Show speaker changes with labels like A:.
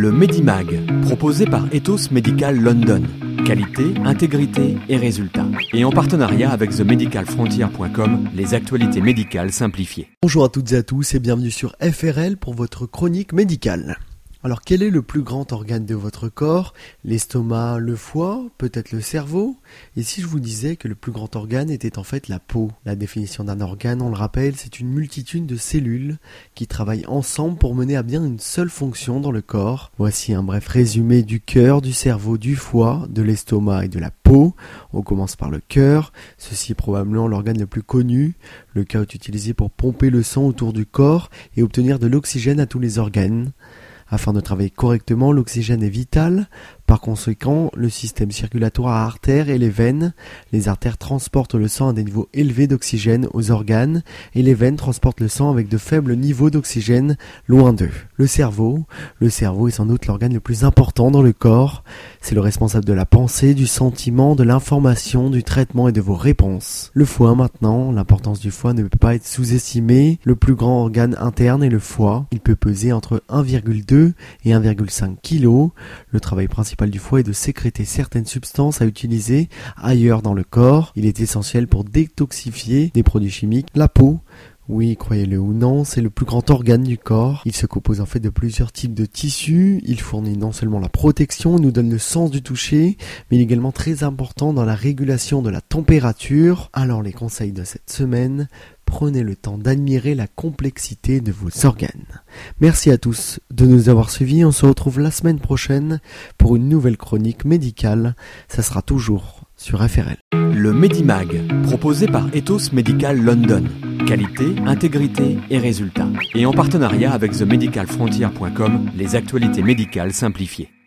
A: Le Medimag, proposé par Ethos Medical London. Qualité, intégrité et résultats. Et en partenariat avec themedicalfrontier.com, les actualités médicales simplifiées.
B: Bonjour à toutes et à tous et bienvenue sur FRL pour votre chronique médicale. Alors quel est le plus grand organe de votre corps? L'estomac, le foie, peut-être le cerveau? Et si je vous disais que le plus grand organe était en fait la peau? La définition d'un organe, on le rappelle, c'est une multitude de cellules qui travaillent ensemble pour mener à bien une seule fonction dans le corps. Voici un bref résumé du cœur, du cerveau, du foie, de l'estomac et de la peau. On commence par le cœur. Ceci est probablement l'organe le plus connu. Le cœur est utilisé pour pomper le sang autour du corps et obtenir de l'oxygène à tous les organes. Afin de travailler correctement, l'oxygène est vital. Par conséquent, le système circulatoire à artères et les veines. Les artères transportent le sang à des niveaux élevés d'oxygène aux organes et les veines transportent le sang avec de faibles niveaux d'oxygène loin d'eux. Le cerveau est sans doute l'organe le plus important dans le corps. C'est le responsable de la pensée, du sentiment, de l'information, du traitement et de vos réponses. Le foie maintenant, l'importance du foie ne peut pas être sous-estimée. Le plus grand organe interne est le foie. Il peut peser entre 1,2 et 1,5 kg. Le travail principal du foie est de sécréter certaines substances à utiliser ailleurs dans le corps. Il est essentiel pour détoxifier des produits chimiques. La peau, oui, croyez-le ou non, c'est le plus grand organe du corps. Il se compose en fait de plusieurs types de tissus. Il fournit non seulement la protection, il nous donne le sens du toucher, mais il est également très important dans la régulation de la température. Alors les conseils de cette semaine: prenez le temps d'admirer la complexité de vos organes. Merci à tous de nous avoir suivis. On se retrouve la semaine prochaine pour une nouvelle chronique médicale. Ça sera toujours sur FRL.
A: Le Medimag, proposé par Ethos Medical London. Qualité, intégrité et résultats. Et en partenariat avec themedicalfrontier.com, les actualités médicales simplifiées.